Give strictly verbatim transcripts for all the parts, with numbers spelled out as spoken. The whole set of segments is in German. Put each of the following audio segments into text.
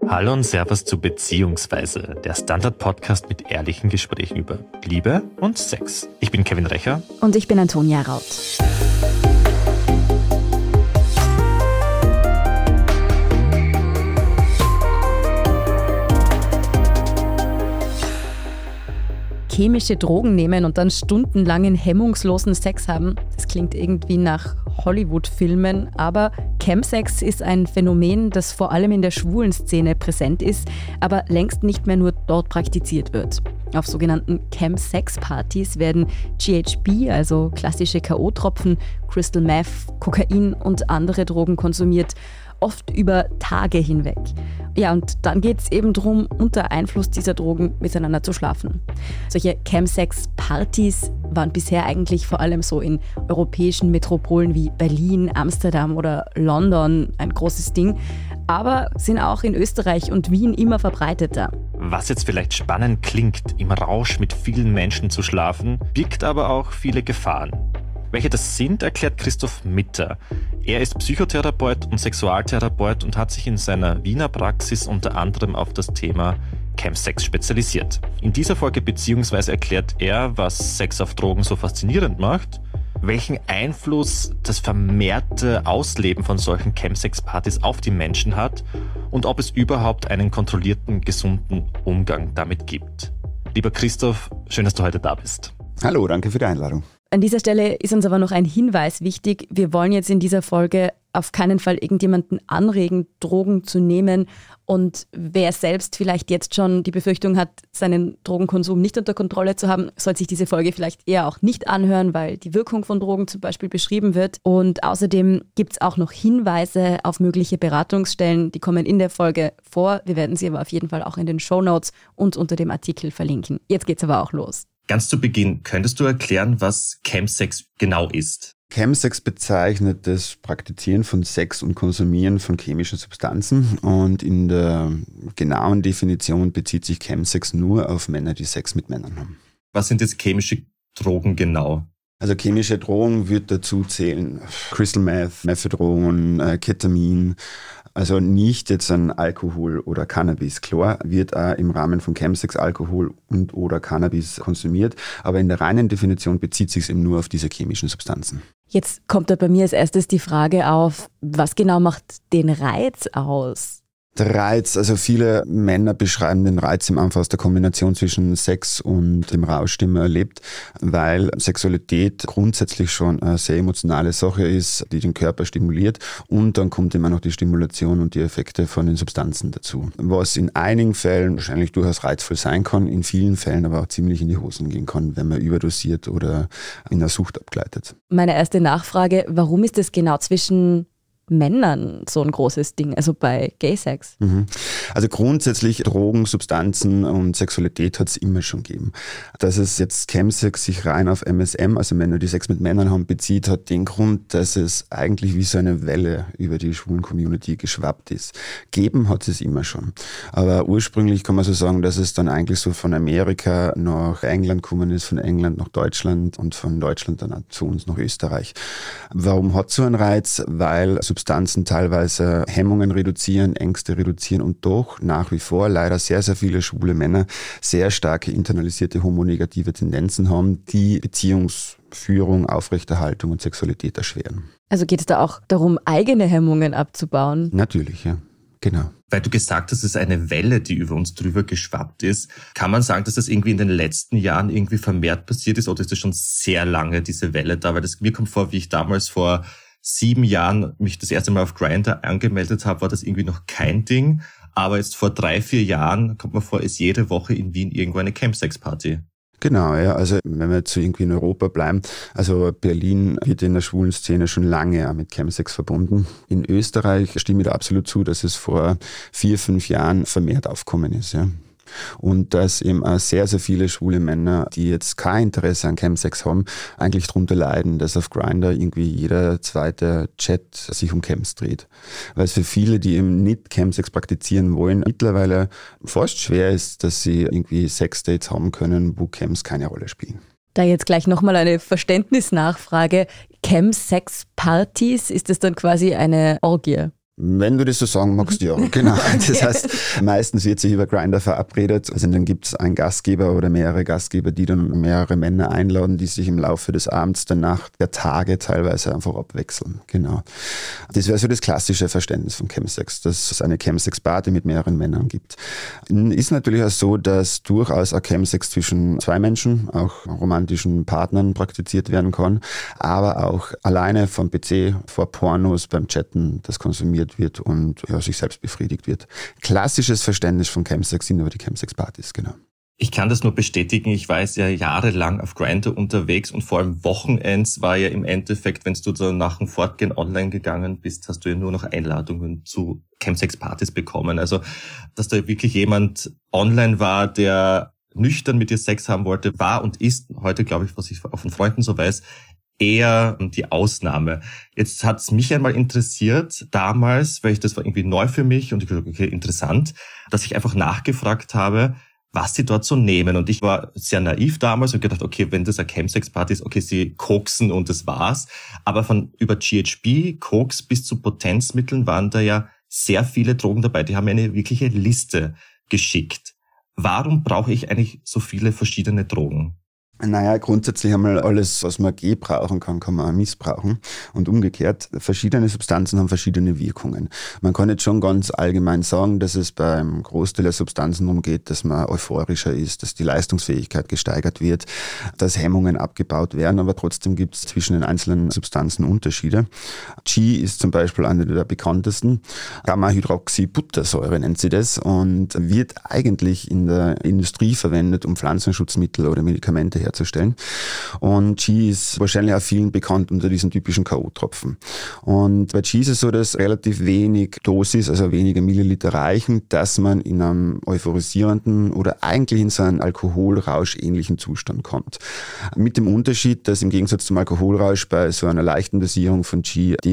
Hallo und Servus zu Beziehungsweise, der Standard-Podcast mit ehrlichen Gesprächen über Liebe und Sex. Ich bin Kevin Recher. Und ich bin Antonia Raut. Chemische Drogen nehmen und dann stundenlangen hemmungslosen Sex haben, das klingt irgendwie nach Hollywood-Filmen, aber Chemsex ist ein Phänomen, das vor allem in der schwulen Szene präsent ist, aber längst nicht mehr nur dort praktiziert wird. Auf sogenannten Chemsex-Partys werden G H B, also klassische K O-Tropfen, Crystal Meth, Kokain und andere Drogen konsumiert, oft über Tage hinweg. Ja, und dann geht es eben darum, unter Einfluss dieser Drogen miteinander zu schlafen. Solche Chemsex-Partys waren bisher eigentlich vor allem so in europäischen Metropolen wie Berlin, Amsterdam oder London ein großes Ding, aber sind auch in Österreich und Wien immer verbreiteter. Was jetzt vielleicht spannend klingt, im Rausch mit vielen Menschen zu schlafen, birgt aber auch viele Gefahren. Welche das sind, erklärt Christoph Mitter. Er ist Psychotherapeut und Sexualtherapeut und hat sich in seiner Wiener Praxis unter anderem auf das Thema Chemsex spezialisiert. In dieser Folge beziehungsweise erklärt er, was Sex auf Drogen so faszinierend macht, welchen Einfluss das vermehrte Ausleben von solchen Chemsex-Partys auf die Menschen hat und ob es überhaupt einen kontrollierten, gesunden Umgang damit gibt. Lieber Christoph, schön, dass du heute da bist. Hallo, danke für die Einladung. An dieser Stelle ist uns aber noch ein Hinweis wichtig. Wir wollen jetzt in dieser Folge auf keinen Fall irgendjemanden anregen, Drogen zu nehmen. Und wer selbst vielleicht jetzt schon die Befürchtung hat, seinen Drogenkonsum nicht unter Kontrolle zu haben, soll sich diese Folge vielleicht eher auch nicht anhören, weil die Wirkung von Drogen zum Beispiel beschrieben wird. Und außerdem gibt es auch noch Hinweise auf mögliche Beratungsstellen, die kommen in der Folge vor. Wir werden sie aber auf jeden Fall auch in den Shownotes und unter dem Artikel verlinken. Jetzt geht's aber auch los. Ganz zu Beginn, könntest du erklären, was Chemsex genau ist? Chemsex bezeichnet das Praktizieren von Sex und Konsumieren von chemischen Substanzen und in der genauen Definition bezieht sich Chemsex nur auf Männer, die Sex mit Männern haben. Was sind jetzt chemische Drogen genau? Also chemische Drogen wird dazu zählen Crystal Meth, Methadron, äh, Ketamin, also nicht jetzt an Alkohol oder Cannabis. Klar wird auch im Rahmen von Chemsex Alkohol und oder Cannabis konsumiert, aber in der reinen Definition bezieht sich es eben nur auf diese chemischen Substanzen. Jetzt kommt da bei mir als erstes die Frage auf, was genau macht den Reiz aus? Der Reiz, also viele Männer beschreiben den Reiz im Anfang aus der Kombination zwischen Sex und dem Rausch, den man erlebt, weil Sexualität grundsätzlich schon eine sehr emotionale Sache ist, die den Körper stimuliert und dann kommt immer noch die Stimulation und die Effekte von den Substanzen dazu. Was in einigen Fällen wahrscheinlich durchaus reizvoll sein kann, in vielen Fällen aber auch ziemlich in die Hosen gehen kann, wenn man überdosiert oder in einer Sucht abgleitet. Meine erste Nachfrage, warum ist es genau zwischen Männern so ein großes Ding, also bei Gay-Sex? Mhm. Also grundsätzlich Drogen, Substanzen und Sexualität hat es immer schon gegeben. Dass es jetzt Chemsex sich rein auf M S M, also Männer, die Sex mit Männern haben, bezieht, hat den Grund, dass es eigentlich wie so eine Welle über die schwulen Community geschwappt ist. Geben hat es immer schon. Aber ursprünglich kann man so sagen, dass es dann eigentlich so von Amerika nach England gekommen ist, von England nach Deutschland und von Deutschland dann auch zu uns nach Österreich. Warum hat es so einen Reiz? Weil Substanzen teilweise Hemmungen reduzieren, Ängste reduzieren und doch nach wie vor leider sehr, sehr viele schwule Männer sehr starke internalisierte homonegative Tendenzen haben, die Beziehungsführung, Aufrechterhaltung und Sexualität erschweren. Also geht es da auch darum, eigene Hemmungen abzubauen? Natürlich, ja. Genau. Weil du gesagt hast, es ist eine Welle, die über uns drüber geschwappt ist. Kann man sagen, dass das irgendwie in den letzten Jahren irgendwie vermehrt passiert ist oder ist das schon sehr lange, diese Welle da? Weil das mir kommt vor, wie ich damals vor sieben Jahren mich das erste Mal auf Grindr angemeldet habe, war das irgendwie noch kein Ding. Aber jetzt vor drei, vier Jahren, kommt mir vor, ist jede Woche in Wien irgendwo eine Chemsex-Party. Genau, ja. Also wenn wir jetzt so irgendwie in Europa bleiben, also Berlin wird in der schwulen Szene schon lange auch mit Chemsex verbunden. In Österreich stimme ich da absolut zu, dass es vor vier, fünf Jahren vermehrt aufkommen ist, ja. Und dass eben auch sehr, sehr viele schwule Männer, die jetzt kein Interesse an Chemsex haben, eigentlich darunter leiden, dass auf Grindr irgendwie jeder zweite Chat sich um Chems dreht. Weil es für viele, die eben nicht Chemsex praktizieren wollen, mittlerweile fast schwer ist, dass sie irgendwie Sexdates haben können, wo Chems keine Rolle spielen. Da jetzt gleich nochmal eine Verständnisnachfrage. Chemsex-Partys, ist das dann quasi eine Orgie? Wenn du das so sagen magst, ja, genau. Das heißt, meistens wird sich über Grindr verabredet. Also dann gibt es einen Gastgeber oder mehrere Gastgeber, die dann mehrere Männer einladen, die sich im Laufe des Abends, der Nacht, der Tage teilweise einfach abwechseln. Genau. Das wäre so das klassische Verständnis von Chemsex, dass es eine Chemsex-Party mit mehreren Männern gibt. Ist natürlich auch so, dass durchaus auch Chemsex zwischen zwei Menschen, auch romantischen Partnern praktiziert werden kann, aber auch alleine vom P C, vor Pornos, beim Chatten, das konsumiert wird und ja, sich selbst befriedigt wird. Klassisches Verständnis von Chemsex sind aber die Chemsex-Partys, genau. Ich kann das nur bestätigen. Ich war ja jahrelang auf Grindr unterwegs und vor allem Wochenends war ja im Endeffekt, wenn du so nach dem Fortgehen online gegangen bist, hast du ja nur noch Einladungen zu Chemsex-Partys bekommen. Also, dass da wirklich jemand online war, der nüchtern mit dir Sex haben wollte, war und ist heute, glaube ich, was ich auch von Freunden so weiß, eher die Ausnahme. Jetzt hat es mich einmal interessiert, damals, weil ich das war irgendwie neu für mich und ich dachte, okay, interessant, dass ich einfach nachgefragt habe, was sie dort so nehmen. Und ich war sehr naiv damals und gedacht, okay, wenn das eine Chemsex-Party ist, okay, sie koksen und das war's. Aber von über G H B, Koks bis zu Potenzmitteln waren da ja sehr viele Drogen dabei. Die haben mir eine wirkliche Liste geschickt. Warum brauche ich eigentlich so viele verschiedene Drogen? Naja, grundsätzlich einmal alles, was man gebrauchen kann, kann man auch missbrauchen. Und umgekehrt, verschiedene Substanzen haben verschiedene Wirkungen. Man kann jetzt schon ganz allgemein sagen, dass es beim Großteil der Substanzen darum geht, dass man euphorischer ist, dass die Leistungsfähigkeit gesteigert wird, dass Hemmungen abgebaut werden, aber trotzdem gibt es zwischen den einzelnen Substanzen Unterschiede. G ist zum Beispiel eine der bekanntesten. Gamma-Hydroxybuttersäure nennt sie das und wird eigentlich in der Industrie verwendet, um Pflanzenschutzmittel oder Medikamente herzustellen. Und G ist wahrscheinlich auch vielen bekannt unter diesen typischen K O-Tropfen. Und bei G ist es so, dass relativ wenig Dosis, also weniger Milliliter reichen, dass man in einem euphorisierenden oder eigentlich in so einen Alkoholrausch-ähnlichen Zustand kommt. Mit dem Unterschied, dass im Gegensatz zum Alkoholrausch bei so einer leichten Dosierung von G die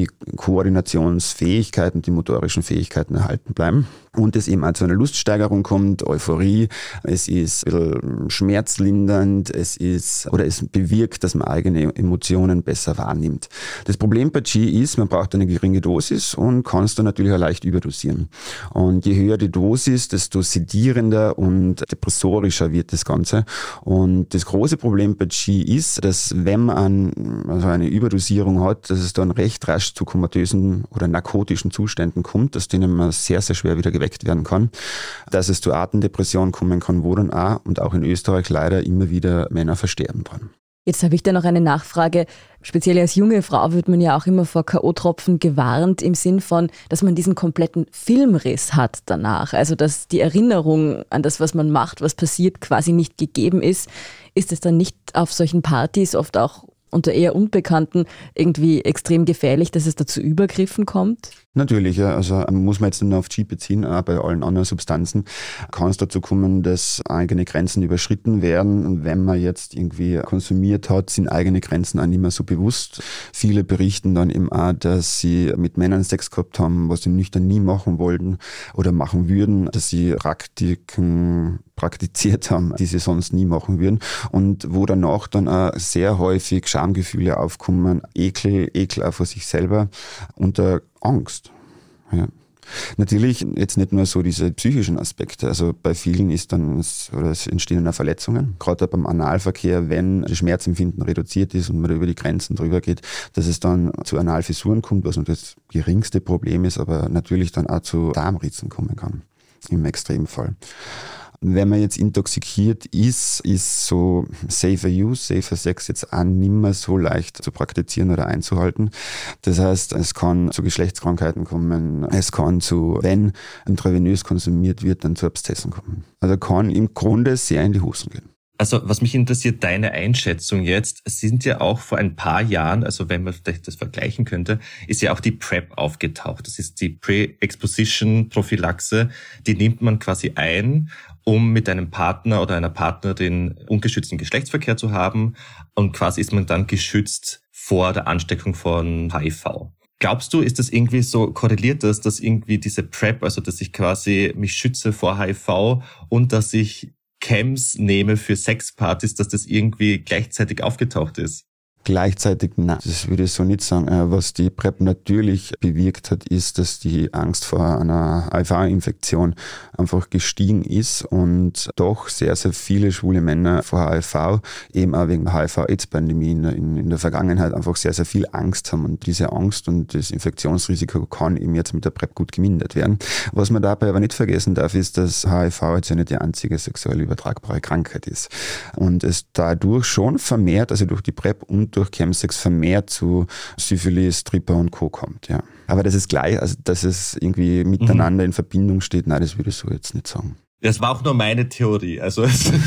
Koordinationsfähigkeiten, die motorischen Fähigkeiten erhalten bleiben. Und es eben auch zu einer Luststeigerung kommt, Euphorie, es ist ein bisschen schmerzlindernd, es ist, oder es bewirkt, dass man eigene Emotionen besser wahrnimmt. Das Problem bei G ist, man braucht eine geringe Dosis und kann es dann natürlich auch leicht überdosieren. Und je höher die Dosis, desto sedierender und depressorischer wird das Ganze. Und das große Problem bei G ist, dass wenn man also eine Überdosierung hat, dass es dann recht rasch zu komatösen oder narkotischen Zuständen kommt, aus denen man sehr, sehr schwer wieder geweckt werden kann, dass es zu Atemdepressionen kommen kann, wo dann auch und auch in Österreich leider immer wieder Männer versterben dran. Jetzt habe ich da noch eine Nachfrage. Speziell als junge Frau wird man ja auch immer vor K O-Tropfen gewarnt im Sinn von, dass man diesen kompletten Filmriss hat danach. Also dass die Erinnerung an das, was man macht, was passiert, quasi nicht gegeben ist. Ist es dann nicht auf solchen Partys oft auch unter eher Unbekannten irgendwie extrem gefährlich, dass es da zu Übergriffen kommt? Natürlich, ja. Also muss man jetzt nicht nur auf G beziehen, auch bei allen anderen Substanzen kann es dazu kommen, dass eigene Grenzen überschritten werden. Und wenn man jetzt irgendwie konsumiert hat, sind eigene Grenzen auch nicht mehr so bewusst. Viele berichten dann eben auch, dass sie mit Männern Sex gehabt haben, was sie nüchtern nie machen wollten oder machen würden, dass sie Praktiken praktiziert haben, die sie sonst nie machen würden. Und wo danach dann auch sehr häufig Schamgefühle aufkommen, Ekel, Ekel auch vor sich selber, unter Angst. Ja. Natürlich jetzt nicht nur so diese psychischen Aspekte, also bei vielen ist dann, oder es entstehen dann Verletzungen, gerade beim Analverkehr, wenn das Schmerzempfinden reduziert ist und man über die Grenzen drüber geht, dass es dann zu Analfissuren kommt, was natürlich das geringste Problem ist, aber natürlich dann auch zu Darmritzen kommen kann, im Extremfall. Wenn man jetzt intoxikiert ist, ist so safer Use, safer Sex jetzt auch nicht mehr so leicht zu praktizieren oder einzuhalten. Das heißt, es kann zu Geschlechtskrankheiten kommen, es kann zu, wenn intravenös konsumiert wird, dann zu Abszessen kommen. Also kann im Grunde sehr in die Hosen gehen. Also was mich interessiert, deine Einschätzung jetzt, es sind ja auch vor ein paar Jahren, also wenn man vielleicht das vergleichen könnte, ist ja auch die PrEP aufgetaucht. Das ist die Pre-Exposition-Prophylaxe, die nimmt man quasi ein, um mit einem Partner oder einer Partnerin ungeschützten Geschlechtsverkehr zu haben und quasi ist man dann geschützt vor der Ansteckung von H I V. Glaubst du, ist das irgendwie so, korreliert das, dass irgendwie diese PrEP, also dass ich quasi mich schütze vor H I V und dass ich Chems nehme für Sexpartys, dass das irgendwie gleichzeitig aufgetaucht ist? Gleichzeitig, nein, das würde ich so nicht sagen. Was die PrEP natürlich bewirkt hat, ist, dass die Angst vor einer H I V-Infektion einfach gestiegen ist und doch sehr, sehr viele schwule Männer vor H I V, eben auch wegen der H I V-Aids-Pandemie in, in, in der Vergangenheit einfach sehr, sehr viel Angst haben. Und diese Angst und das Infektionsrisiko kann eben jetzt mit der PrEP gut gemindert werden. Was man dabei aber nicht vergessen darf, ist, dass H I V jetzt ja nicht die einzige sexuell übertragbare Krankheit ist. Und es dadurch schon vermehrt, also durch die PrEP und durch Chemsex vermehrt zu Syphilis, Tripper und Co. kommt, ja. Aber das ist gleich, also dass es irgendwie miteinander mhm. in Verbindung steht, nein, das würde ich so jetzt nicht sagen. Das war auch nur meine Theorie. Also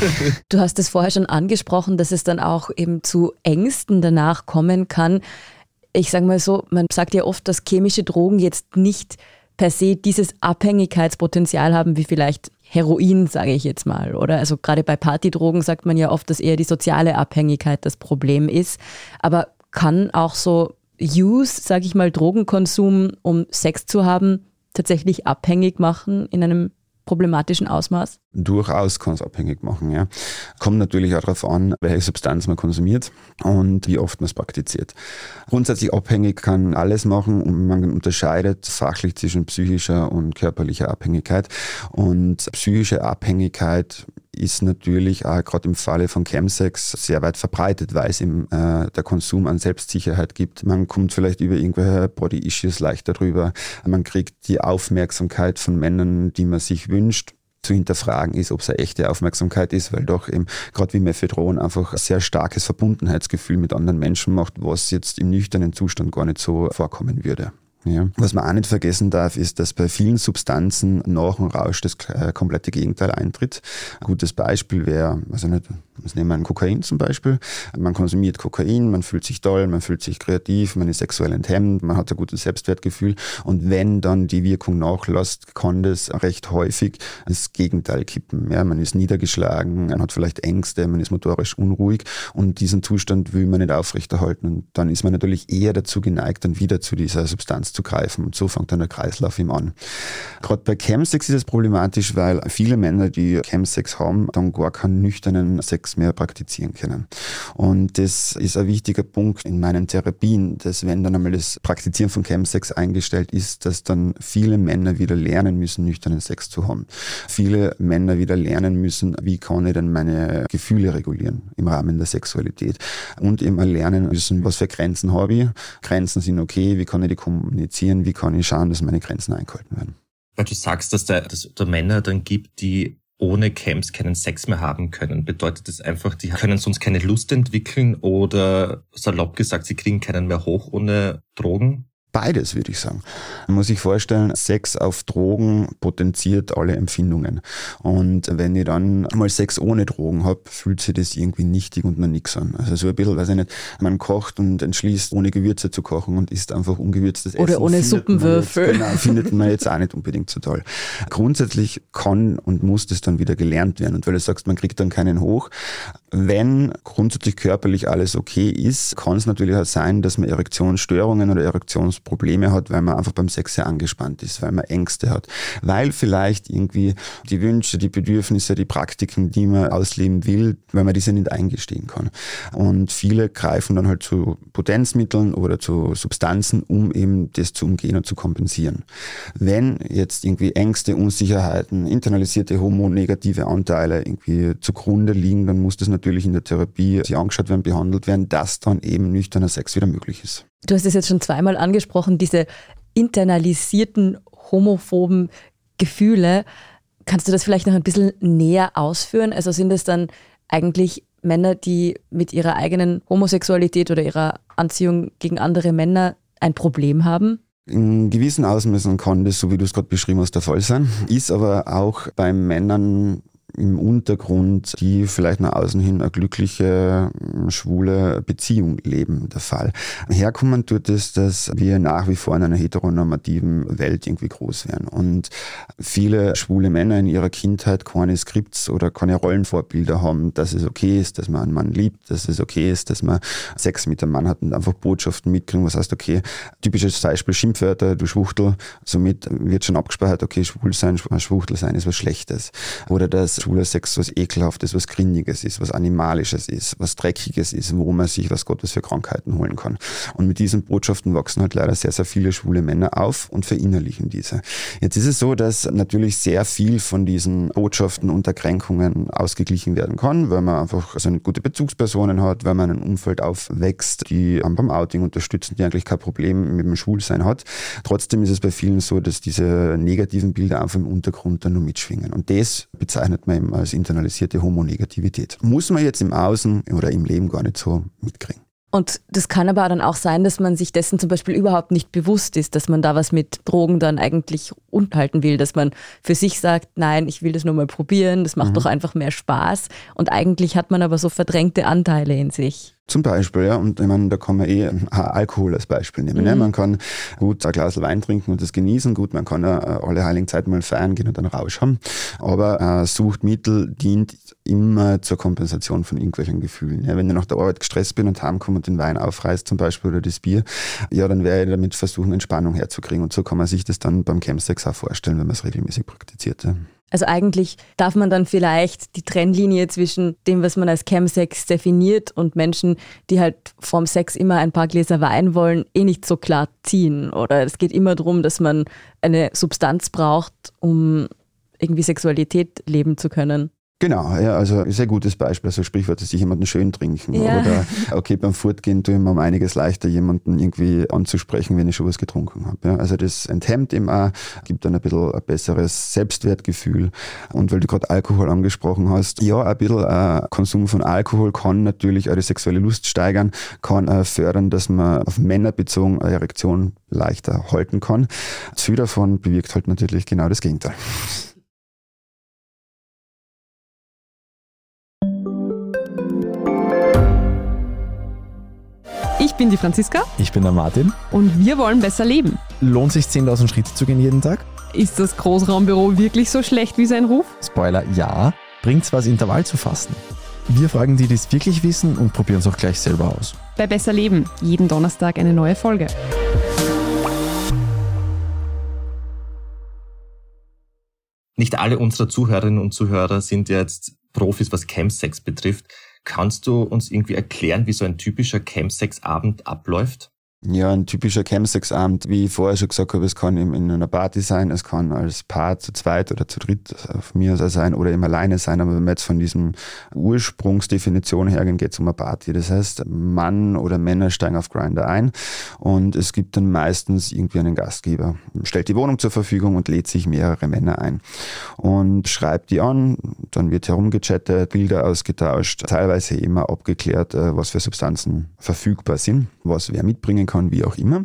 du hast es vorher schon angesprochen, dass es dann auch eben zu Ängsten danach kommen kann. Ich sage mal so, man sagt ja oft, dass chemische Drogen jetzt nicht per se dieses Abhängigkeitspotenzial haben, wie vielleicht Heroin, sage ich jetzt mal, oder? Also gerade bei Partydrogen sagt man ja oft, dass eher die soziale Abhängigkeit das Problem ist. Aber kann auch so Use, sage ich mal, Drogenkonsum, um Sex zu haben, tatsächlich abhängig machen in einem problematischen Ausmaß? Durchaus kann es abhängig machen, ja. Kommt natürlich auch darauf an, welche Substanz man konsumiert und wie oft man es praktiziert. Grundsätzlich abhängig kann alles machen und man unterscheidet fachlich zwischen psychischer und körperlicher Abhängigkeit. Und psychische Abhängigkeit ist natürlich auch gerade im Falle von Chemsex sehr weit verbreitet, weil es eben äh, der Konsum an Selbstsicherheit gibt. Man kommt vielleicht über irgendwelche Body-Issues leichter drüber. Man kriegt die Aufmerksamkeit von Männern, die man sich wünscht. Zu hinterfragen ist, ob es eine echte Aufmerksamkeit ist, weil doch eben gerade wie Mephedron einfach ein sehr starkes Verbundenheitsgefühl mit anderen Menschen macht, was jetzt im nüchternen Zustand gar nicht so vorkommen würde. Ja. Was man auch nicht vergessen darf, ist, dass bei vielen Substanzen nach dem Rausch das äh, komplette Gegenteil eintritt. Ein gutes Beispiel wäre, also nicht, was nehmen wir an Kokain zum Beispiel. Man konsumiert Kokain, man fühlt sich toll, man fühlt sich kreativ, man ist sexuell enthemmt, man hat ein gutes Selbstwertgefühl und wenn dann die Wirkung nachlässt, kann das recht häufig das Gegenteil kippen. Ja, man ist niedergeschlagen, man hat vielleicht Ängste, man ist motorisch unruhig und diesen Zustand will man nicht aufrechterhalten und dann ist man natürlich eher dazu geneigt, dann wieder zu dieser Substanz zu greifen und so fängt dann der Kreislauf ihm an. Gerade bei Chemsex ist es problematisch, weil viele Männer, die Chemsex haben, dann gar keinen nüchternen Sex mehr praktizieren können. Und das ist ein wichtiger Punkt in meinen Therapien, dass wenn dann einmal das Praktizieren von Chemsex eingestellt ist, dass dann viele Männer wieder lernen müssen, nüchternen Sex zu haben. Viele Männer wieder lernen müssen, wie kann ich denn meine Gefühle regulieren im Rahmen der Sexualität und immer lernen müssen, was für Grenzen habe ich. Grenzen sind okay, wie kann ich die kommunizieren, wie kann ich schauen, dass meine Grenzen eingehalten werden. Weil du sagst, dass es dass da Männer dann gibt, die ohne Chems keinen Sex mehr haben können. Bedeutet das einfach, die können sonst keine Lust entwickeln oder salopp gesagt, sie kriegen keinen mehr hoch ohne Drogen? Beides, würde ich sagen. Man muss sich vorstellen, Sex auf Drogen potenziert alle Empfindungen. Und wenn ich dann mal Sex ohne Drogen habe, fühlt sich das irgendwie nichtig und nach nichts an. Also so ein bisschen, weiß ich nicht, man kocht und entschließt, ohne Gewürze zu kochen und isst einfach ungewürztes Essen. Oder ohne Suppenwürfel. Jetzt, genau, findet man jetzt auch nicht unbedingt so toll. Grundsätzlich kann und muss das dann wieder gelernt werden. Und weil du sagst, man kriegt dann keinen hoch. Wenn grundsätzlich körperlich alles okay ist, kann es natürlich auch sein, dass man Erektionsstörungen oder Erektionsprobleme hat, weil man einfach beim Sex sehr angespannt ist, weil man Ängste hat, weil vielleicht irgendwie die Wünsche, die Bedürfnisse, die Praktiken, die man ausleben will, weil man diese nicht eingestehen kann. Und viele greifen dann halt zu Potenzmitteln oder zu Substanzen, um eben das zu umgehen und zu kompensieren. Wenn jetzt irgendwie Ängste, Unsicherheiten, internalisierte hormonnegative Anteile irgendwie zugrunde liegen, dann muss das natürlich in der Therapie sich angeschaut werden, behandelt werden, dass dann eben nüchterner Sex wieder möglich ist. Du hast es jetzt schon zweimal angesprochen, diese internalisierten homophoben Gefühle. Kannst du das vielleicht noch ein bisschen näher ausführen? Also sind es dann eigentlich Männer, die mit ihrer eigenen Homosexualität oder ihrer Anziehung gegen andere Männer ein Problem haben? In gewissen Ausmaßen kann das, so wie du es gerade beschrieben hast, der Fall sein. Ist aber auch bei Männern im Untergrund, die vielleicht nach außen hin eine glückliche, schwule Beziehung leben, der Fall. Herkommen tut es, dass wir nach wie vor in einer heteronormativen Welt irgendwie groß werden. Und viele schwule Männer in ihrer Kindheit keine Skripts oder keine Rollenvorbilder haben, dass es okay ist, dass man einen Mann liebt, dass es okay ist, dass man Sex mit einem Mann hat und einfach Botschaften mitkriegen, was heißt, okay, typisches Beispiel Schimpfwörter, du Schwuchtel, somit wird schon abgespeichert, okay, schwul sein, Schwuchtel sein ist was Schlechtes. Oder dass schwuler Sex was Ekelhaftes, was Grindiges ist, was Animalisches ist, was Dreckiges ist, wo man sich, was Gott, was für Krankheiten holen kann. Und mit diesen Botschaften wachsen halt leider sehr, sehr viele schwule Männer auf und verinnerlichen diese. Jetzt ist es so, dass natürlich sehr viel von diesen Botschaften und Erkränkungen ausgeglichen werden kann, weil man einfach also eine gute Bezugspersonen hat, weil man in einem Umfeld aufwächst, die beim Outing unterstützen, die eigentlich kein Problem mit dem Schwulsein hat. Trotzdem ist es bei vielen so, dass diese negativen Bilder einfach im Untergrund dann nur mitschwingen. Und das bezeichnet man eben als internalisierte Homonegativität. Muss man jetzt im Außen oder im Leben gar nicht so mitkriegen. Und das kann aber dann auch sein, dass man sich dessen zum Beispiel überhaupt nicht bewusst ist, dass man da was mit Drogen dann eigentlich unterhalten will, dass man für sich sagt, nein, ich will das nur mal probieren, das macht mhm. doch einfach mehr Spaß. Und eigentlich hat man aber so verdrängte Anteile in sich. Zum Beispiel, ja. Und ich meine, da kann man eh Alkohol als Beispiel nehmen. Mhm. Ne? Man kann gut ein Glas Wein trinken und das genießen. Gut, man kann ja alle heiligen Zeiten mal feiern gehen und einen Rausch haben. Aber ein Suchtmittel dient immer zur Kompensation von irgendwelchen Gefühlen. Ja, wenn ich nach der Arbeit gestresst bin und heimkomme und den Wein aufreißt zum Beispiel oder das Bier, ja, dann werde ich damit versuchen, Entspannung herzukriegen. Und so kann man sich das dann beim Chemsex auch vorstellen, wenn man es regelmäßig praktiziert. Ja. Also eigentlich darf man dann vielleicht die Trennlinie zwischen dem, was man als Chemsex definiert und Menschen, die halt vorm Sex immer ein paar Gläser Wein wollen, eh nicht so klar ziehen. Oder es geht immer darum, dass man eine Substanz braucht, um irgendwie Sexualität leben zu können. Genau, ja, also ein sehr gutes Beispiel, also Sprichwort, dass sich jemanden schön trinken. Ja. Oder okay, beim Fortgehen tue ich mir um einiges leichter, jemanden irgendwie anzusprechen, wenn ich schon was getrunken habe. Ja, also das enthemmt eben auch, gibt dann ein bisschen ein besseres Selbstwertgefühl. Und weil du gerade Alkohol angesprochen hast, ja, ein bisschen äh, Konsum von Alkohol kann natürlich eure sexuelle Lust steigern, kann äh, fördern, dass man auf Männer bezogen eine Erektion leichter halten kann. Viel davon bewirkt halt natürlich genau das Gegenteil. Ich bin die Franziska. Ich bin der Martin. Und wir wollen besser leben. Lohnt sich zehntausend Schritte zu gehen jeden Tag? Ist das Großraumbüro wirklich so schlecht wie sein Ruf? Spoiler, ja. Bringt's was, Intervall zu fasten? Wir fragen die, die es wirklich wissen und probieren es auch gleich selber aus. Bei Besser Leben, jeden Donnerstag eine neue Folge. Nicht alle unserer Zuhörerinnen und Zuhörer sind jetzt Profis, was Chemsex betrifft. Kannst du uns irgendwie erklären, wie so ein typischer Chemsex-Abend abläuft? Ja, ein typischer Chemsex-Abend, wie ich vorher schon gesagt habe, es kann eben in einer Party sein, es kann als Paar zu zweit oder zu dritt von mir aus sein oder eben alleine sein, aber wenn wir jetzt von diesem Ursprungsdefinition hergehen, geht es um eine Party. Das heißt, Mann oder Männer steigen auf Grindr ein und es gibt dann meistens irgendwie einen Gastgeber, stellt die Wohnung zur Verfügung und lädt sich mehrere Männer ein und schreibt die an, dann wird herumgechattet, Bilder ausgetauscht, teilweise immer abgeklärt, was für Substanzen verfügbar sind, was wer mitbringen kann, wie auch immer.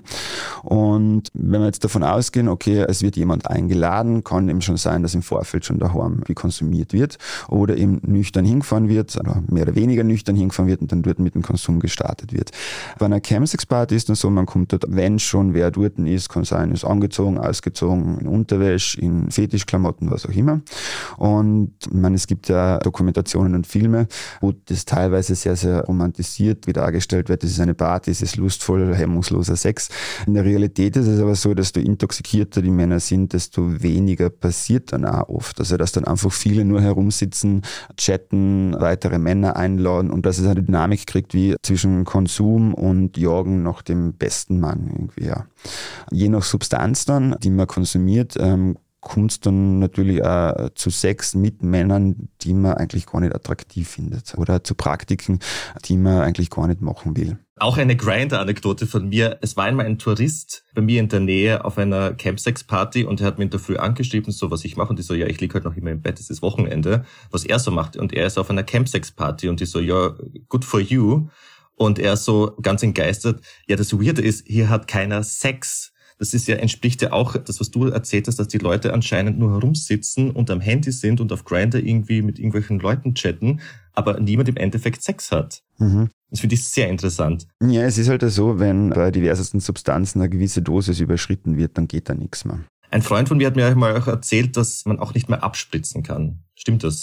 Und wenn wir jetzt davon ausgehen, okay, es wird jemand eingeladen, kann eben schon sein, dass im Vorfeld schon daheim wie konsumiert wird oder eben nüchtern hingefahren wird oder mehr oder weniger nüchtern hingefahren wird und dann dort mit dem Konsum gestartet wird. Bei einer Chemsex-Party ist dann so, man kommt dort, wenn schon wer dort ist, kann sein, ist angezogen, ausgezogen, in Unterwäsche, in Fetischklamotten, was auch immer. Und ich meine, es gibt ja Dokumentationen und Filme, wo das teilweise sehr, sehr romantisiert wie dargestellt wird. Das ist eine Party, es ist lustvoll, hemmungsloser Sex. In der Realität ist es aber so, desto intoxikierter die Männer sind, desto weniger passiert dann auch oft. Also dass dann einfach viele nur herumsitzen, chatten, weitere Männer einladen und dass es eine Dynamik kriegt wie zwischen Konsum und Jagen nach dem besten Mann irgendwie. Ja. Je nach Substanz dann, die man konsumiert, ähm, kommt es dann natürlich auch zu Sex mit Männern, die man eigentlich gar nicht attraktiv findet oder zu Praktiken, die man eigentlich gar nicht machen will. Auch eine Grindr-Anekdote von mir. Es war einmal ein Tourist bei mir in der Nähe auf einer Chemsex-Party und er hat mir in der Früh angeschrieben, so was ich mache. Und ich so, ja, ich liege halt noch immer im Bett, es ist Wochenende, was er so macht. Und er ist auf einer Chemsex-Party und ich so, ja, good for you. Und er so ganz entgeistert, ja, das Weirde ist, hier hat keiner Sex. Das ist ja, entspricht ja auch das, was du erzählt hast, dass die Leute anscheinend nur herumsitzen und am Handy sind und auf Grindr irgendwie mit irgendwelchen Leuten chatten, aber niemand im Endeffekt Sex hat. Mhm. Das finde ich sehr interessant. Ja, es ist halt so, wenn bei diversesten Substanzen eine gewisse Dosis überschritten wird, dann geht da nichts mehr. Ein Freund von mir hat mir mal auch erzählt, dass man auch nicht mehr abspritzen kann. Stimmt das?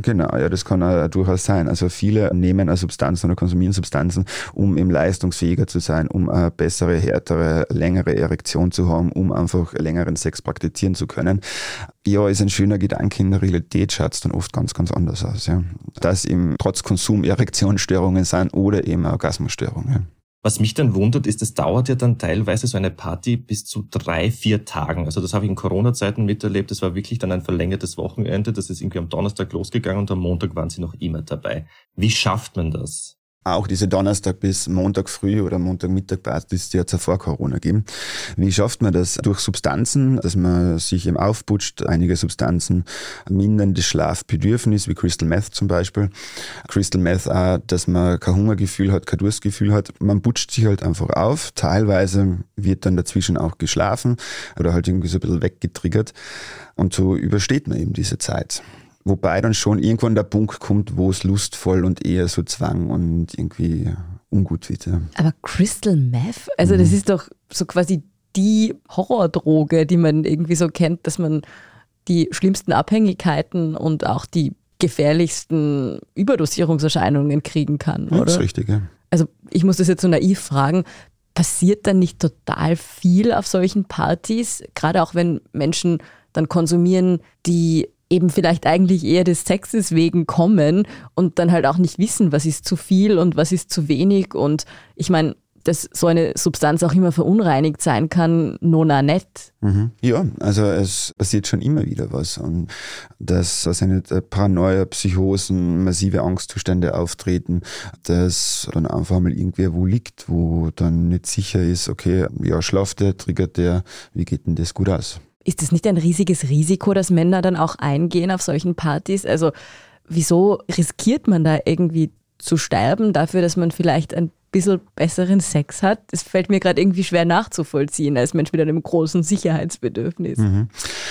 Genau, ja, das kann auch durchaus sein. Also viele nehmen eine Substanz oder konsumieren Substanzen, um eben leistungsfähiger zu sein, um eine bessere, härtere, längere Erektion zu haben, um einfach längeren Sex praktizieren zu können. Ja, ist ein schöner Gedanke, in der Realität schaut es dann oft ganz, ganz anders aus. Ja. Dass eben trotz Konsum Erektionsstörungen sind oder eben Orgasmusstörungen. Ja. Was mich dann wundert, ist, es dauert ja dann teilweise so eine Party bis zu drei, vier Tagen. Also das habe ich in Corona-Zeiten miterlebt. Das war wirklich dann ein verlängertes Wochenende. Das ist irgendwie am Donnerstag losgegangen und am Montag waren sie noch immer dabei. Wie schafft man das? Auch diese Donnerstag bis Montag früh oder Montagmittag Partys, die hat es ja vor Corona gegeben. Wie schafft man das? Durch Substanzen, dass man sich eben aufputscht. Einige Substanzen mindern das Schlafbedürfnis, wie Crystal Meth zum Beispiel. Crystal Meth auch, dass man kein Hungergefühl hat, kein Durstgefühl hat. Man putscht sich halt einfach auf. Teilweise wird dann dazwischen auch geschlafen oder halt irgendwie so ein bisschen weggetriggert. Und so übersteht man eben diese Zeit. Wobei dann schon irgendwann der Punkt kommt, wo es lustvoll und eher so Zwang und irgendwie ungut wird. Ja. Aber Crystal Meth, also mhm. das ist doch so quasi die Horrordroge, die man irgendwie so kennt, dass man die schlimmsten Abhängigkeiten und auch die gefährlichsten Überdosierungserscheinungen kriegen kann, oder? Das ist richtig, ja. Also ich muss das jetzt so naiv fragen, passiert dann nicht total viel auf solchen Partys, gerade auch wenn Menschen dann konsumieren, die eben vielleicht eigentlich eher des Sexes wegen kommen und dann halt auch nicht wissen, was ist zu viel und was ist zu wenig. Und ich meine, dass so eine Substanz auch immer verunreinigt sein kann, nona nicht. Mhm. Ja, also es passiert schon immer wieder was. Und dass also nicht Paranoia, Psychosen, massive Angstzustände auftreten, dass dann einfach mal irgendwer wo liegt, wo dann nicht sicher ist, okay, ja, schlaft der, triggert der, wie geht denn das gut aus? Ist das nicht ein riesiges Risiko, dass Männer dann auch eingehen auf solchen Partys? Also wieso riskiert man da irgendwie zu sterben dafür, dass man vielleicht ein bisschen besseren Sex hat? Das fällt mir gerade irgendwie schwer nachzuvollziehen als Mensch mit einem großen Sicherheitsbedürfnis. Mhm.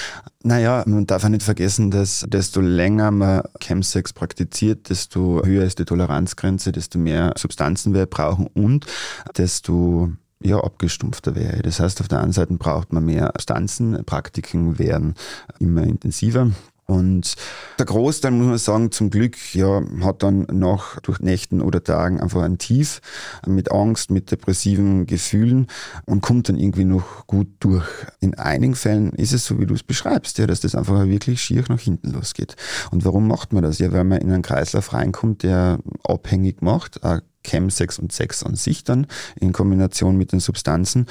Naja, man darf auch nicht vergessen, dass desto länger man Chemsex praktiziert, desto höher ist die Toleranzgrenze, desto mehr Substanzen wir brauchen und desto ja, abgestumpfter wäre. Das heißt, auf der einen Seite braucht man mehr Substanzen, Praktiken werden immer intensiver. Und der Großteil, muss man sagen, zum Glück, ja, hat dann nach, durch Nächten oder Tagen einfach ein Tief mit Angst, mit depressiven Gefühlen und kommt dann irgendwie noch gut durch. In einigen Fällen ist es so, wie du es beschreibst, ja, dass das einfach wirklich schier nach hinten losgeht. Und warum macht man das? Ja, weil man in einen Kreislauf reinkommt, der abhängig macht, auch Chemsex und Sex an sich dann in Kombination mit den Substanzen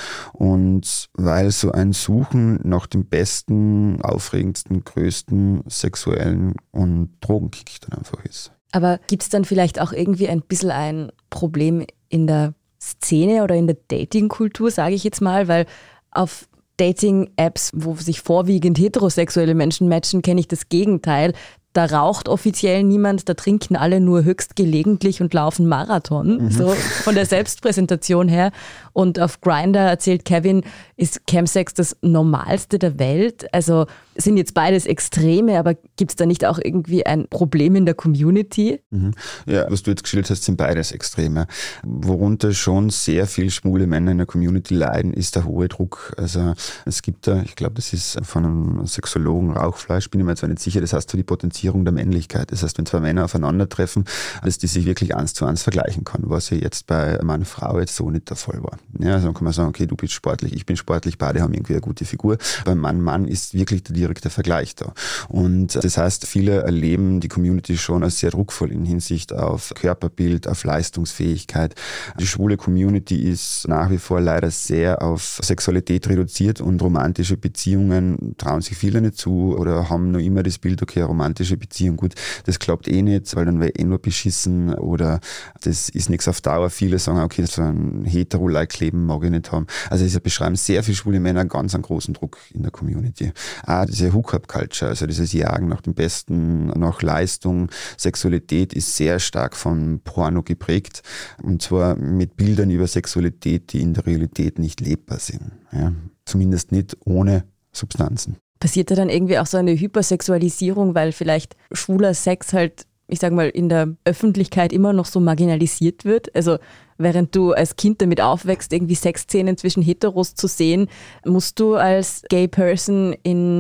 und weil so ein Suchen nach dem besten, aufregendsten, größten sexuellen und Drogenkick dann einfach ist. Aber gibt es dann vielleicht auch irgendwie ein bisschen ein Problem in der Szene oder in der Dating-Kultur, sage ich jetzt mal, weil auf Dating-Apps, wo sich vorwiegend heterosexuelle Menschen matchen, kenne ich das Gegenteil. Da raucht offiziell niemand, da trinken alle nur höchst gelegentlich und laufen Marathon, mhm. so von der Selbstpräsentation her. Und auf Grindr, erzählt Kevin, ist Chemsex das Normalste der Welt. Also sind jetzt beides Extreme, aber gibt es da nicht auch irgendwie ein Problem in der Community? Mhm. Ja, was du jetzt geschildert hast, sind beides Extreme. Worunter schon sehr viel schwule Männer in der Community leiden, ist der hohe Druck. Also es gibt da, ich glaube, das ist von einem Sexologen, Rauchfleisch, bin ich mir zwar nicht sicher, das heißt so die Potenzierung der Männlichkeit. Das heißt, wenn zwei Männer aufeinandertreffen, dass die sich wirklich eins zu eins vergleichen kann, was ja jetzt bei Mann und Frau jetzt so nicht der Fall war. Ja, also dann kann man sagen, okay, du bist sportlich, ich bin sportlich, beide haben irgendwie eine gute Figur. Beim Mann-Mann ist wirklich der direkte Vergleich da. Und das heißt, viele erleben die Community schon als sehr druckvoll in Hinsicht auf Körperbild, auf Leistungsfähigkeit. Die schwule Community ist nach wie vor leider sehr auf Sexualität reduziert und romantische Beziehungen trauen sich viele nicht zu oder haben noch immer das Bild, okay, romantische Beziehung, gut, das klappt eh nicht, weil dann wäre eh nur beschissen oder das ist nichts auf Dauer. Viele sagen, okay, so ein hetero-like-Leben mag ich nicht haben. Also es beschreiben sehr viele schwule Männer ganz einen großen Druck in der Community. Auch diese Hookup-Culture, also dieses Jagen nach dem Besten, nach Leistung, Sexualität ist sehr stark von Porno geprägt und zwar mit Bildern über Sexualität, die in der Realität nicht lebbar sind. Ja? Zumindest nicht ohne Substanzen. Passiert da dann irgendwie auch so eine Hypersexualisierung, weil vielleicht schwuler Sex halt, ich sag mal, in der Öffentlichkeit immer noch so marginalisiert wird? Also während du als Kind damit aufwächst, irgendwie Sexszenen zwischen Heteros zu sehen, musst du als Gay Person in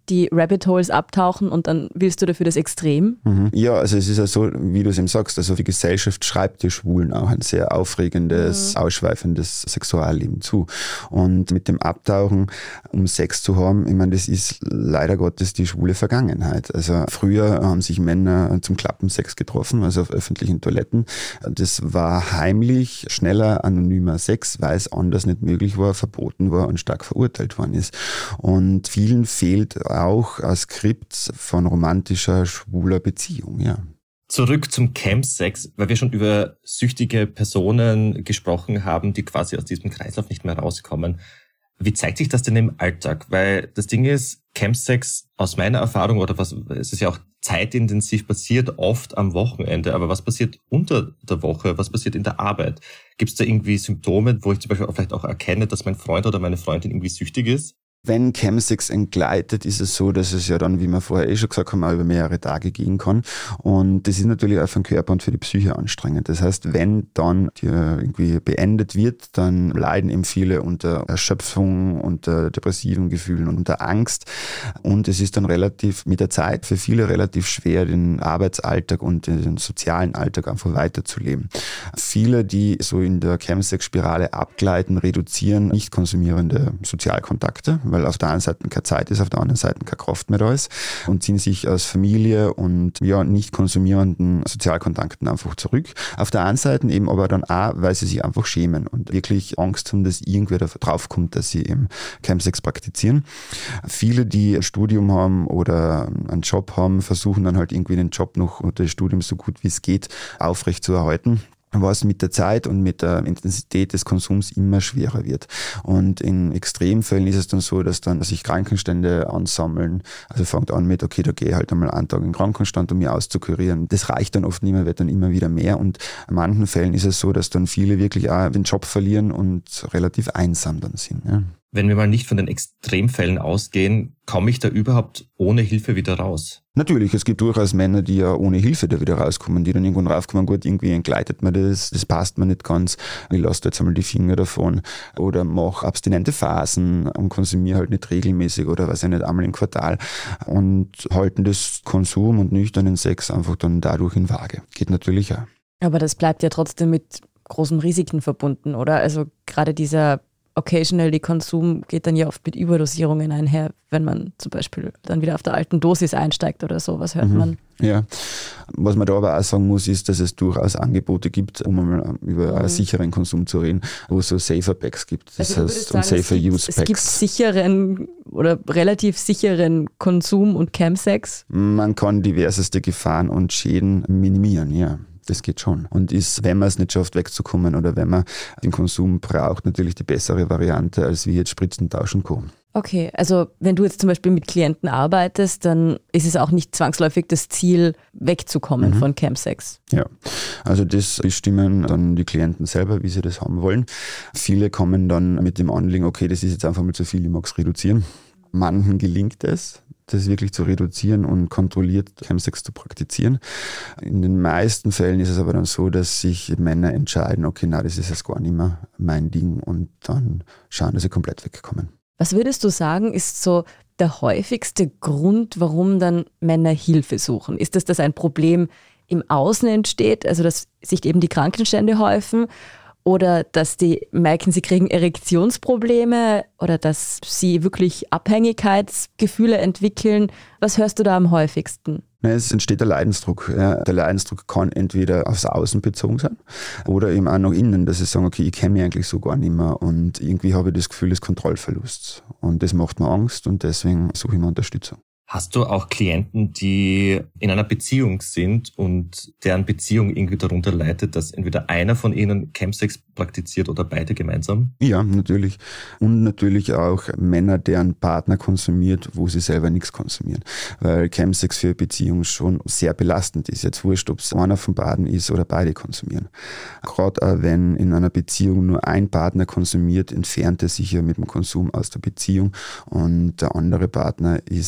die Rabbit Holes abtauchen und dann willst du dafür das Extrem? Mhm. Ja, also es ist ja so, wie du es eben sagst, also die Gesellschaft schreibt den Schwulen auch ein sehr aufregendes, mhm. ausschweifendes Sexualleben zu. Und mit dem Abtauchen, um Sex zu haben, ich meine, das ist leider Gottes die schwule Vergangenheit. Also früher haben sich Männer zum Klappensex getroffen, also auf öffentlichen Toiletten. Das war heimlich, schneller, anonymer Sex, weil es anders nicht möglich war, verboten war und stark verurteilt worden ist. Und vielen fehlt auch ein Skript von romantischer, schwuler Beziehung, ja. Zurück zum Chemsex, weil wir schon über süchtige Personen gesprochen haben, die quasi aus diesem Kreislauf nicht mehr rauskommen. Wie zeigt sich das denn im Alltag? Weil das Ding ist, Chemsex aus meiner Erfahrung, oder was, es ist ja auch zeitintensiv, passiert oft am Wochenende, aber was passiert unter der Woche? Was passiert in der Arbeit? Gibt es da irgendwie Symptome, wo ich zum Beispiel auch vielleicht auch erkenne, dass mein Freund oder meine Freundin irgendwie süchtig ist? Wenn Chemsex entgleitet, ist es so, dass es ja dann, wie wir vorher eh schon gesagt haben, auch über mehrere Tage gehen kann. Und das ist natürlich auch für den Körper und für die Psyche anstrengend. Das heißt, wenn dann die irgendwie beendet wird, dann leiden eben viele unter Erschöpfung, unter depressiven Gefühlen und unter Angst. Und es ist dann relativ, mit der Zeit für viele relativ schwer, den Arbeitsalltag und den sozialen Alltag einfach weiterzuleben. Viele, die so in der Chemsex-Spirale abgleiten, reduzieren nicht konsumierende Sozialkontakte, weil auf der einen Seite keine Zeit ist, auf der anderen Seite keine Kraft mehr da ist, und ziehen sich aus Familie und ja nicht konsumierenden Sozialkontakten einfach zurück. Auf der anderen Seite eben aber dann auch, weil sie sich einfach schämen und wirklich Angst haben, dass irgendwer da drauf kommt, dass sie eben Chemsex praktizieren. Viele, die ein Studium haben oder einen Job haben, versuchen dann halt irgendwie den Job noch oder das Studium so gut wie es geht aufrecht zu erhalten, was mit der Zeit und mit der Intensität des Konsums immer schwerer wird. Und in Extremfällen ist es dann so, dass dann sich Krankenstände ansammeln. Also fängt an mit, okay, da gehe ich halt einmal einen Tag in den Krankenstand, um mich auszukurieren. Das reicht dann oft nicht mehr, wird dann immer wieder mehr. Und in manchen Fällen ist es so, dass dann viele wirklich auch den Job verlieren und relativ einsam dann sind. Ja. Wenn wir mal nicht von den Extremfällen ausgehen, komme ich da überhaupt ohne Hilfe wieder raus? Natürlich, es gibt durchaus Männer, die ja ohne Hilfe da wieder rauskommen, die dann irgendwann raufkommen, gut, irgendwie entgleitet mir das, das passt mir nicht ganz, ich lasse jetzt einmal die Finger davon oder mache abstinente Phasen und konsumiere halt nicht regelmäßig oder weiß ich nicht, einmal im Quartal und halten das Konsum und nüchternen Sex einfach dann dadurch in Waage. Geht natürlich auch. Aber das bleibt ja trotzdem mit großen Risiken verbunden, oder? Also gerade dieser Occasionally Konsum geht dann ja oft mit Überdosierungen einher, wenn man zum Beispiel dann wieder auf der alten Dosis einsteigt oder so. Was hört mhm. man? Ja, was man da aber auch sagen muss, ist, dass es durchaus Angebote gibt, um mal über mhm. einen sicheren Konsum zu reden, wo es so Safer Packs gibt. Das also heißt, und Safer Use Packs. Es gibt sicheren oder relativ sicheren Konsum und Chemsex? Man kann diverseste Gefahren und Schäden minimieren, ja. Das geht schon. Und ist, wenn man es nicht schafft, wegzukommen oder wenn man den Konsum braucht, natürlich die bessere Variante, als wie jetzt Spritzen, Tauschen, Co. Okay, also wenn du jetzt zum Beispiel mit Klienten arbeitest, dann ist es auch nicht zwangsläufig das Ziel, wegzukommen mhm. von Chemsex. Ja, also das bestimmen dann die Klienten selber, wie sie das haben wollen. Viele kommen dann mit dem Anliegen, okay, das ist jetzt einfach mal zu viel, ich mag es reduzieren. Manchen gelingt es, das wirklich zu reduzieren und kontrolliert Chemsex zu praktizieren. In den meisten Fällen ist es aber dann so, dass sich Männer entscheiden, okay, na, das ist jetzt gar nicht mehr mein Ding, und dann schauen, dass sie komplett wegkommen. Was würdest du sagen, ist so der häufigste Grund, warum dann Männer Hilfe suchen? Ist das, dass ein Problem im Außen entsteht, also dass sich eben die Krankenstände häufen? Oder dass die merken, sie kriegen Erektionsprobleme oder dass sie wirklich Abhängigkeitsgefühle entwickeln? Was hörst du da am häufigsten? Es entsteht der Leidensdruck. Ja. Der Leidensdruck kann entweder aufs Außen bezogen sein oder eben auch nach innen, dass sie sagen, okay, ich kenne mich eigentlich so gar nicht mehr und irgendwie habe ich das Gefühl des Kontrollverlusts. Und das macht mir Angst und deswegen suche ich mir Unterstützung. Hast du auch Klienten, die in einer Beziehung sind und deren Beziehung irgendwie darunter leidet, dass entweder einer von ihnen Chemsex praktiziert oder beide gemeinsam? Ja, natürlich. Und natürlich auch Männer, deren Partner konsumiert, wo sie selber nichts konsumieren. Weil Chemsex für eine Beziehung schon sehr belastend ist. Jetzt wurscht, ob es einer von beiden ist oder beide konsumieren. Gerade auch wenn in einer Beziehung nur ein Partner konsumiert, entfernt er sich ja mit dem Konsum aus der Beziehung und der andere Partner ist dann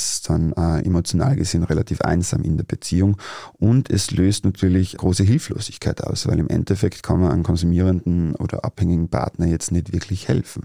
dann äh, emotional gesehen relativ einsam in der Beziehung und es löst natürlich große Hilflosigkeit aus, weil im Endeffekt kann man einem konsumierenden oder abhängigen Partner jetzt nicht wirklich helfen.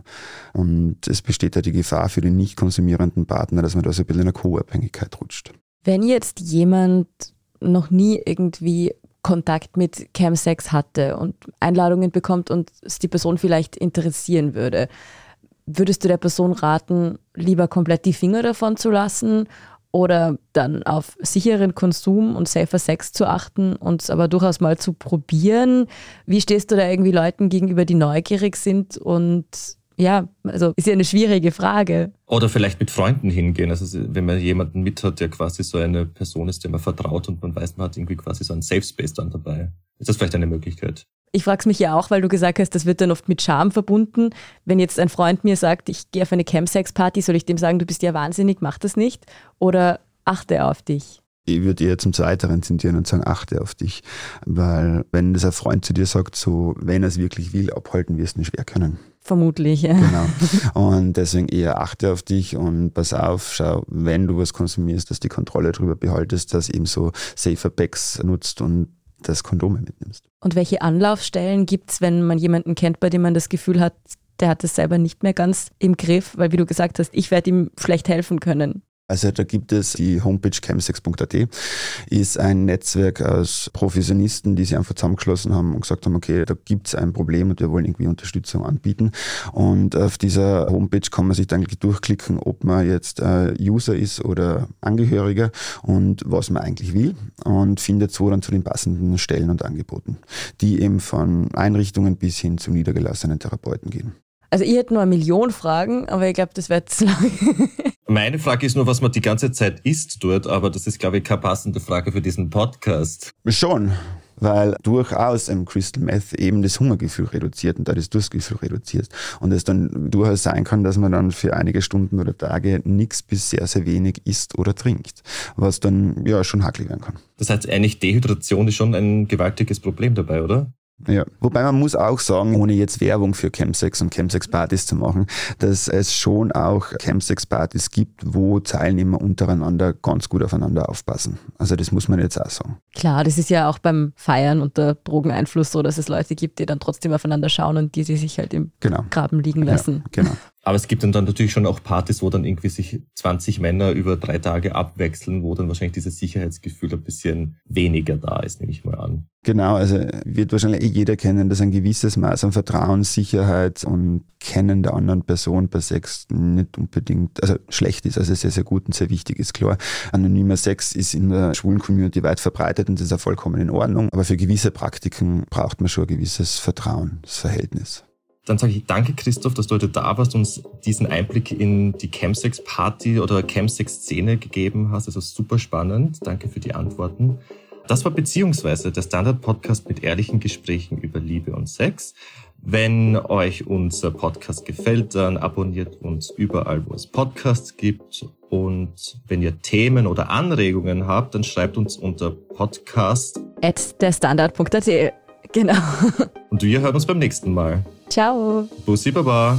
Und es besteht ja die Gefahr für den nicht konsumierenden Partner, dass man da so ein bisschen in eine Co-Abhängigkeit rutscht. Wenn jetzt jemand noch nie irgendwie Kontakt mit Chemsex hatte und Einladungen bekommt und es die Person vielleicht interessieren würde, würdest du der Person raten, lieber komplett die Finger davon zu lassen oder dann auf sicheren Konsum und safer Sex zu achten und es aber durchaus mal zu probieren? Wie stehst du da irgendwie Leuten gegenüber, die neugierig sind? Und ja, also ist ja eine schwierige Frage. Oder vielleicht mit Freunden hingehen. Also wenn man jemanden mit hat, der quasi so eine Person ist, der man vertraut und man weiß, man hat irgendwie quasi so einen Safe Space dann dabei. Ist das vielleicht eine Möglichkeit? Ich frage es mich ja auch, weil du gesagt hast, das wird dann oft mit Scham verbunden. Wenn jetzt ein Freund mir sagt, ich gehe auf eine Chemsex-Party, soll ich dem sagen, du bist ja wahnsinnig, mach das nicht? Oder achte auf dich? Ich würde eher zum Zweiteren tendieren und sagen, achte auf dich. Weil wenn das ein Freund zu dir sagt, so, wenn er es wirklich will, abhalten wirst du nicht schwer können. Vermutlich, ja. Genau. Und deswegen eher achte auf dich und pass auf, schau, wenn du was konsumierst, dass du die Kontrolle darüber behaltest, dass eben so safer Bags nutzt und das Kondome mitnimmst. Und welche Anlaufstellen gibt es, wenn man jemanden kennt, bei dem man das Gefühl hat, der hat es selber nicht mehr ganz im Griff? Weil wie du gesagt hast, ich werde ihm schlecht helfen können. Also da gibt es die Homepage chemsex punkt a t, ist ein Netzwerk aus Professionisten, die sich einfach zusammengeschlossen haben und gesagt haben, okay, da gibt es ein Problem und wir wollen irgendwie Unterstützung anbieten. Und auf dieser Homepage kann man sich dann eigentlich durchklicken, ob man jetzt äh, User ist oder Angehöriger und was man eigentlich will und findet so dann zu den passenden Stellen und Angeboten, die eben von Einrichtungen bis hin zu niedergelassenen Therapeuten gehen. Also ich hätte nur eine Million Fragen, aber ich glaube, das wird zu lang. Meine Frage ist nur, was man die ganze Zeit isst dort, aber das ist, glaube ich, keine passende Frage für diesen Podcast. Schon, weil durchaus im Crystal Meth eben das Hungergefühl reduziert und da das Durstgefühl reduziert. Und es dann durchaus sein kann, dass man dann für einige Stunden oder Tage nichts bis sehr, sehr wenig isst oder trinkt, was dann ja schon hakelig werden kann. Das heißt, eigentlich Dehydration ist schon ein gewaltiges Problem dabei, oder? Ja, wobei man muss auch sagen, ohne jetzt Werbung für Chemsex und Chemsex-Partys zu machen, dass es schon auch Chemsex-Partys gibt, wo Teilnehmer untereinander ganz gut aufeinander aufpassen. Also das muss man jetzt auch sagen. Klar, das ist ja auch beim Feiern unter Drogeneinfluss so, dass es Leute gibt, die dann trotzdem aufeinander schauen und die, die sich halt im genau. Graben liegen lassen. Ja, genau. Aber es gibt dann, dann natürlich schon auch Partys, wo dann irgendwie sich zwanzig Männer über drei Tage abwechseln, wo dann wahrscheinlich dieses Sicherheitsgefühl ein bisschen weniger da ist, nehme ich mal an. Genau, also wird wahrscheinlich eh jeder kennen, dass ein gewisses Maß an Vertrauen, Sicherheit und Kennen der anderen Person bei Sex nicht unbedingt, also schlecht ist, also sehr, sehr gut und sehr wichtig ist, klar. Anonymer Sex ist in der schwulen Community weit verbreitet und das ist auch vollkommen in Ordnung, aber für gewisse Praktiken braucht man schon ein gewisses Vertrauen, das Verhältnis. Dann sage ich danke, Christoph, dass du heute da warst und uns diesen Einblick in die Chemsex-Party oder Chemsex-Szene gegeben hast. Das ist super spannend. Danke für die Antworten. Das war Beziehungsweise, der Standard-Podcast mit ehrlichen Gesprächen über Liebe und Sex. Wenn euch unser Podcast gefällt, dann abonniert uns überall, wo es Podcasts gibt. Und wenn ihr Themen oder Anregungen habt, dann schreibt uns unter podcast at derstandard punkt a t. Genau. Und wir hören uns beim nächsten Mal. Ciao. Bussi Baba.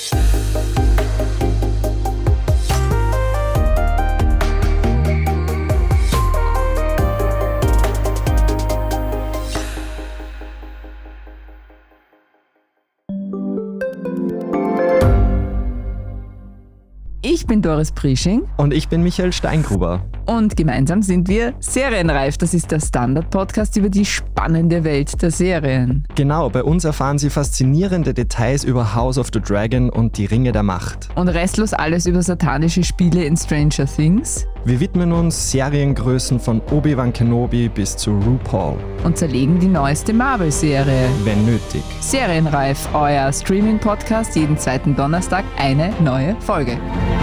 Ich bin Doris Prisching. Und ich bin Michael Steingruber. Und gemeinsam sind wir Serienreif. Das ist der Standard-Podcast über die spannende Welt der Serien. Genau, bei uns erfahren Sie faszinierende Details über House of the Dragon und die Ringe der Macht. Und restlos alles über satanische Spiele in Stranger Things. Wir widmen uns Seriengrößen von Obi-Wan Kenobi bis zu RuPaul. Und zerlegen die neueste Marvel-Serie. Wenn nötig. Serienreif, euer Streaming-Podcast, jeden zweiten Donnerstag eine neue Folge.